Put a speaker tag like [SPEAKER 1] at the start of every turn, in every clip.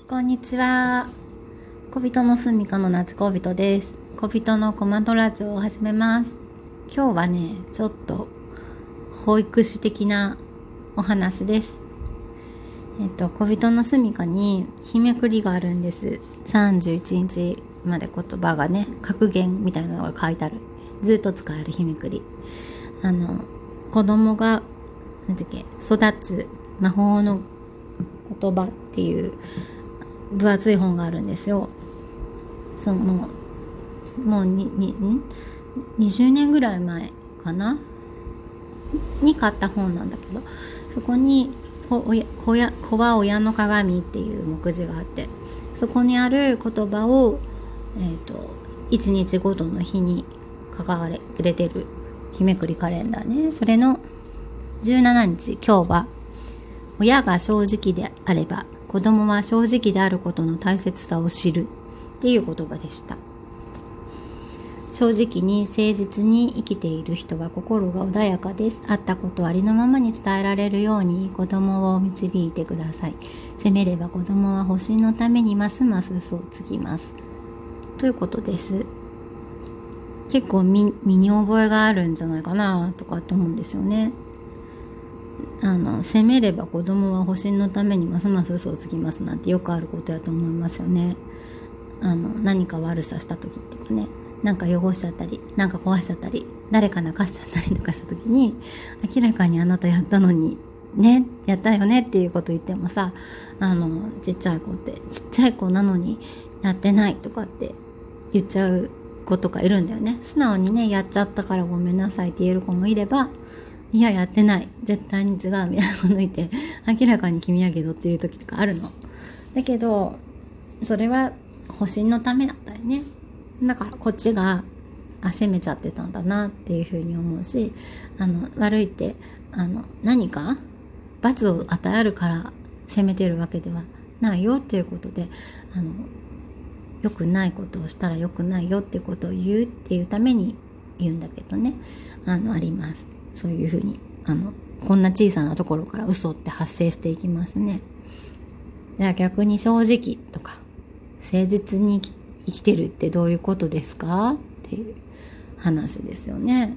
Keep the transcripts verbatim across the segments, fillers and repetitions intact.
[SPEAKER 1] こんにちは。小人のすみかのなちこびとです。小人のコマンドラジオを始めます。今日はね、ちょっと保育士的なお話です。えっと、小人のすみかに日めくりがあるんです。さんじゅういちにちまで言葉がね、格言みたいなのが書いてある。ずっと使える日めくり。あの、子供が、なんだっけ、育つ魔法の言葉っていう分厚い本があるんですよ。そのもうもうににんにじゅうねんぐらい前かなに買った本なんだけど、そこに子親子や子は親の鏡っていう目次があって、そこにある言葉を、えー、といちにちごとの日に書かれてる日めくりカレンダーね。それのじゅうしちにち、今日は親が正直であれば子供は正直であることの大切さを知るっていう言葉でした。正直に誠実に生きている人は心が穏やかです。あったことをありのままに伝えられるように子供を導いてください。責めれば子供は保身のためにますます嘘をつきます。ということです。結構身に覚えがあるんじゃないかなとかって思うんですよね。あの責めれば子供は保身のためにますます嘘をつきますなんてよくあることやと思いますよね。あの何か悪さした時っていうかね、なんか汚しちゃったりなんか壊しちゃったり誰か泣かしちゃったりとかした時に、明らかにあなたやったのにね、やったよねっていうこと言ってもさ、あのちっちゃい子ってちっちゃい子なのにやってないとかって言っちゃう子とかいるんだよね。素直にね、やっちゃったからごめんなさいって言える子もいれば、いややってない絶対に違うみたいなこと言って明らかに君やけどっていう時とかあるの。だけどそれは保身のためだったよね。だからこっちがあ責めちゃってたんだなっていうふうに思うし、あの悪いってあの何か罰を与えるから責めてるわけではないよっていうことで、あの良くないことをしたら良くないよっていうことを言うっていうために言うんだけどね、あのあります。そういうふうにあのこんな小さなところから嘘って発生していきますね。じゃあ逆に正直とか誠実に生き、生きてるってどういうことですかっていう話ですよね。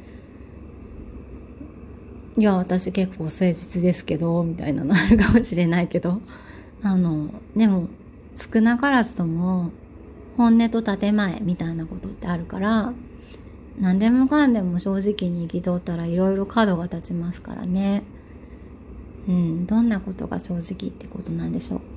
[SPEAKER 1] いや私結構誠実ですけどみたいなのあるかもしれないけど、あのでも少なからずとも本音と建前みたいなことってあるから、何でもかんでも正直に生きとったらいろいろ角が立ちますからね。うん、どんなことが正直ってことなんでしょう。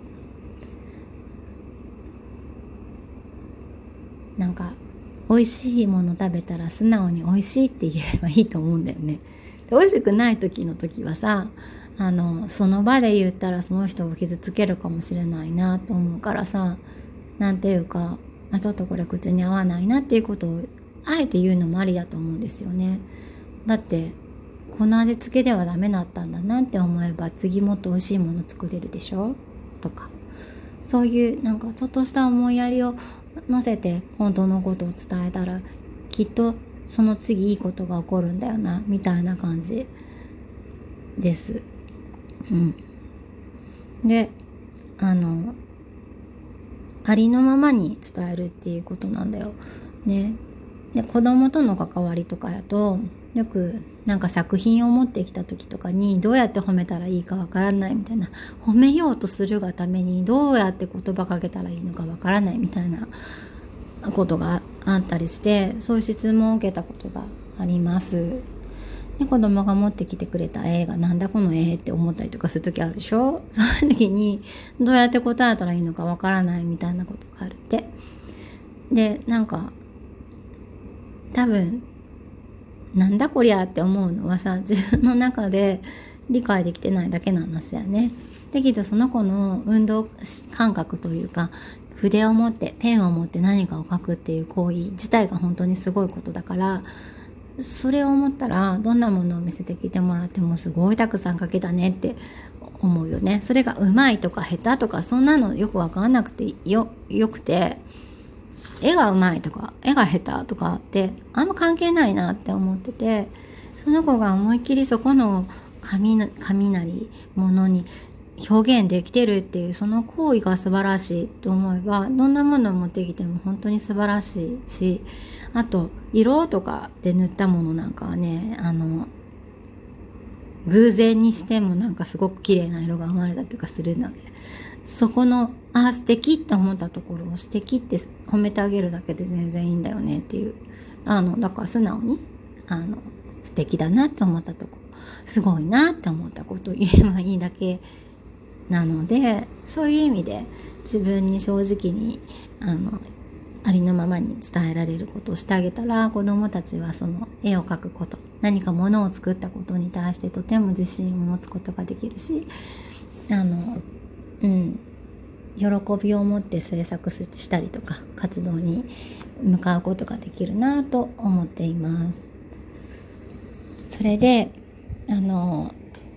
[SPEAKER 1] なんか美味しいもの食べたら素直に美味しいって言えればいいと思うんだよね。で美味しくない時の時はさ、あのその場で言ったらその人を傷つけるかもしれないなと思うからさ、なんていうか、あちょっとこれ口に合わないなっていうことをあえて言うのもありだと思うんですよね。だってこの味付けではダメだったんだなって思えば次もっと美味しいもの作れるでしょとか、そういうなんかちょっとした思いやりを乗せて本当のことを伝えたらきっとその次いいことが起こるんだよなみたいな感じです。うん。で、あのありのままに伝えるっていうことなんだよね。で子供との関わりとかやとよくなんか作品を持ってきた時とかにどうやって褒めたらいいかわからないみたいな、褒めようとするがためにどうやって言葉かけたらいいのかわからないみたいなことがあったりして、そういう質問を受けたことがあります。で子供が持ってきてくれた絵がなんだこの絵って思ったりとかする時あるでしょ。そういう時にどうやって答えたらいいのかわからないみたいなことがあるって。でなんか多分なんだこりゃって思うのはさ、自分の中で理解できてないだけの話やね。だけどその子の運動感覚というか、筆を持ってペンを持って何かを書くっていう行為自体が本当にすごいことだから、それを思ったらどんなものを見せてきてもらってもすごいたくさん書けたねって思うよね。それがうまいとか下手とかそんなのよく分かんなくてよよくて、絵がうまいとか絵が下手とかってあんま関係ないなって思ってて、その子が思いっきりそこの紙な紙なりものに表現できてるっていうその行為が素晴らしいと思えば、どんなものを持ってきても本当に素晴らしいし、あと色とかで塗ったものなんかはね、あの偶然にしてもなんかすごく綺麗な色が生まれたりとかするので、そこのあ素敵って思ったところを素敵って褒めてあげるだけで全然いいんだよねっていう、あのだから素直にあの素敵だなって思ったところ、すごいなって思ったことを言えばいいだけなので、そういう意味で自分に正直にあのありのままに伝えられることをしてあげたら、子どもたちはその絵を描くこと、何かものを作ったことに対してとても自信を持つことができるし、あのうん喜びを持って制作したりとか活動に向かうことができるなと思っています。それであの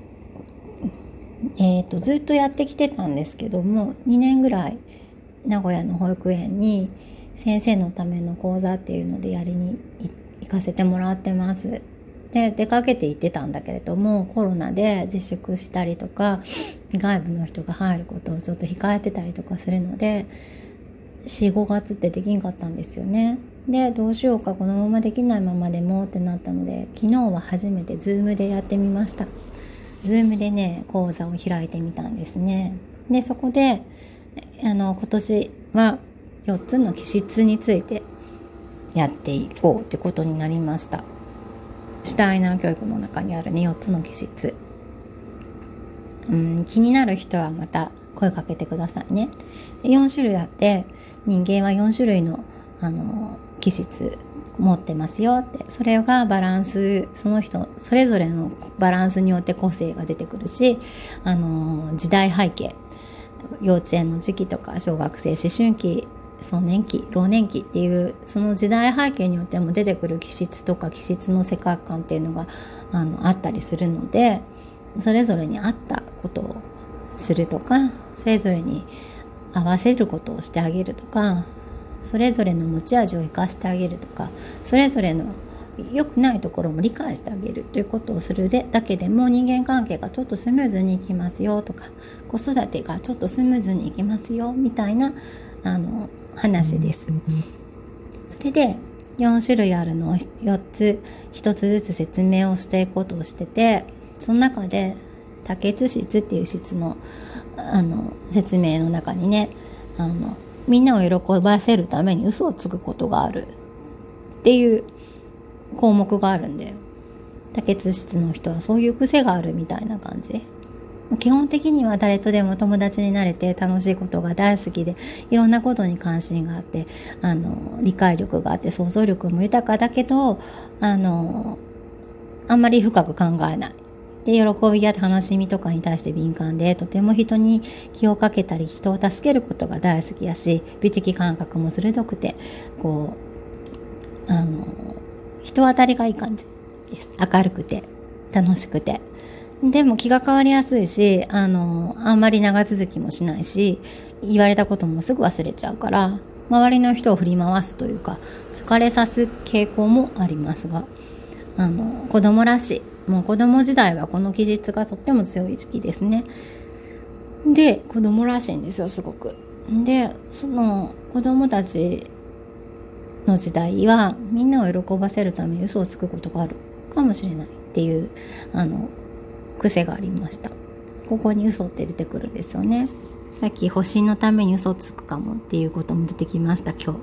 [SPEAKER 1] えーと、ずっとやってきてたんですけども、にねんぐらい名古屋の保育園に先生のための講座っていうのでやりに行かせてもらってます。で、出かけて行ってたんだけれども、コロナで自粛したりとか外部の人が入ることをちょっと控えてたりとかするので、よん、ごがつってできんかったんですよね。で、どうしようか、このままできないままでもってなったので、昨日は初めてズームでやってみました。ズームでね、講座を開いてみたんですね。で、そこで、あの、今年はよっつの気質についてやっていこうってことになりました。シュタイナー教育の中にあるね、よっつの気質。うん、気になる人はまた声かけてくださいね。よんしゅるいあって、人間はよんしゅるいの、あの、気質持ってますよって、それがバランス、その人それぞれのバランスによって個性が出てくるし、あの時代背景、幼稚園の時期とか小学生思春期壮年期老年期っていうその時代背景によっても出てくる気質とか気質の世界観っていうのが あのあったりするので、それぞれに合ったことをするとか、それぞれに合わせることをしてあげるとか、それぞれの持ち味を生かしてあげるとか、それぞれの良くないところも理解してあげるということをするでだけでも人間関係がちょっとスムーズにいきますよとか、子育てがちょっとスムーズにいきますよみたいなあの話です。それでよんしゅるいあるのをよっつひとつずつ説明をしていくことをしてて、その中で多血質っていう質のあの説明の中にね、あのみんなを喜ばせるために嘘をつくことがあるっていう項目があるんだよ。多血質の人はそういう癖があるみたいな感じ。基本的には誰とでも友達になれて楽しいことが大好きで、いろんなことに関心があって、あの理解力があって想像力も豊かだけど、あのあんまり深く考えないで、喜びや楽しみとかに対して敏感で、とても人に気をかけたり人を助けることが大好きやし、美的感覚も鋭くて、こうあの人当たりがいい感じです。明るくて楽しくて、でも気が変わりやすいし、あのあんまり長続きもしないし、言われたこともすぐ忘れちゃうから、周りの人を振り回すというか疲れさす傾向もありますが、あの子供らしい、もう子供時代はこの気質がとっても強い時期ですね。で、子供らしいんですよ、すごく。で、その子供たちの時代はみんなを喜ばせるために嘘をつくことがあるかもしれないっていうあの癖がありました。ここに嘘って出てくるんですよね。さっき保身のために嘘をつくかもっていうことも出てきました今日。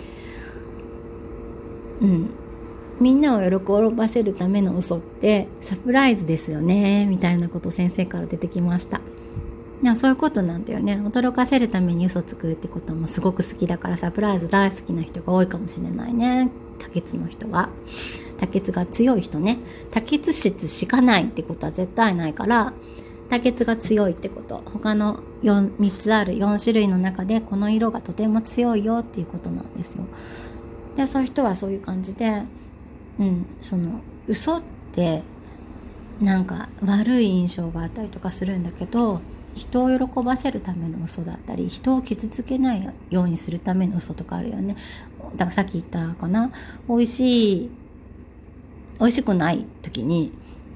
[SPEAKER 1] うんみんなを喜ばせるための嘘ってサプライズですよねみたいなこと先生から出てきました。いやそういうことなんだよね。驚かせるために嘘つくってこともすごく好きだから、サプライズ大好きな人が多いかもしれないね。多血の人は、多血が強い人ね。多血質しかないってことは絶対ないから、多血が強いってこと、他のよん、みっつあるよんしゅるいの中でこの色がとても強いよっていうことなんですよ。でそういう人はそういう感じで、うん、その嘘ってなんか悪い印象があったりとかするんだけど、人を喜ばせるための嘘だったり、人を傷つけないようにするための嘘とかあるよね。だからさっき言ったかな、美味しい美味しくない時に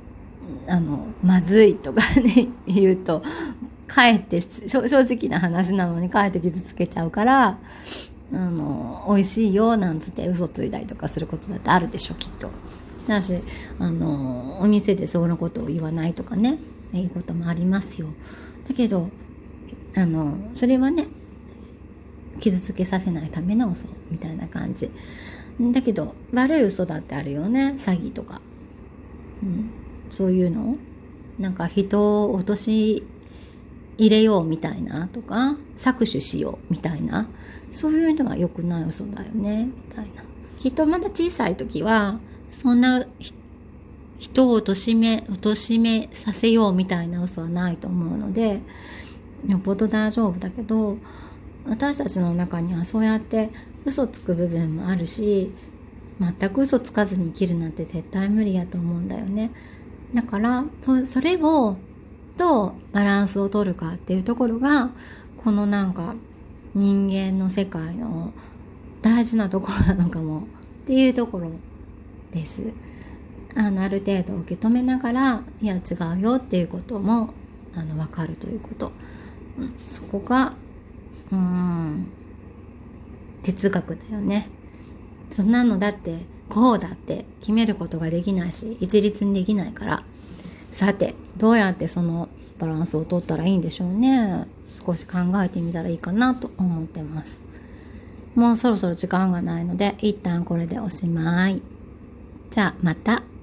[SPEAKER 1] あのまずいとかね言うとかえって正直な話なのにかえって傷つけちゃうから、あの美味しいよなんつって嘘ついたりとかすることだってあるでしょきっと。だしあのお店でそのことを言わないとかねいうこともありますよ。だけどあのそれはね傷つけさせないための嘘みたいな感じだけど、悪い嘘だってあるよね。詐欺とか、うん、そういうのなんか人を陥れようみたいなとか搾取しようみたいな、そういうのは良くない嘘だよねみたいな。きっとまだ小さい時はそんな人を貶め貶めさせようみたいな嘘はないと思うのでよっぽど大丈夫だけど、私たちの中にはそうやって嘘つく部分もあるし、全く嘘つかずに生きるなんて絶対無理やと思うんだよね。だからそ, それをどうバランスを取るかっていうところがこのなんか人間の世界の大事なところなのかもっていうところです。あのある程度受け止めながら、いや違うよっていうこともあの分かるということ、うん、そこがうーん哲学だよね。そんなのだってこうだって決めることができないし一律にできないから、さてどうやってそのバランスを取ったらいいんでしょうね。少し考えてみたらいいかなと思ってます。もうそろそろ時間がないので一旦これでおしまい。じゃあまた。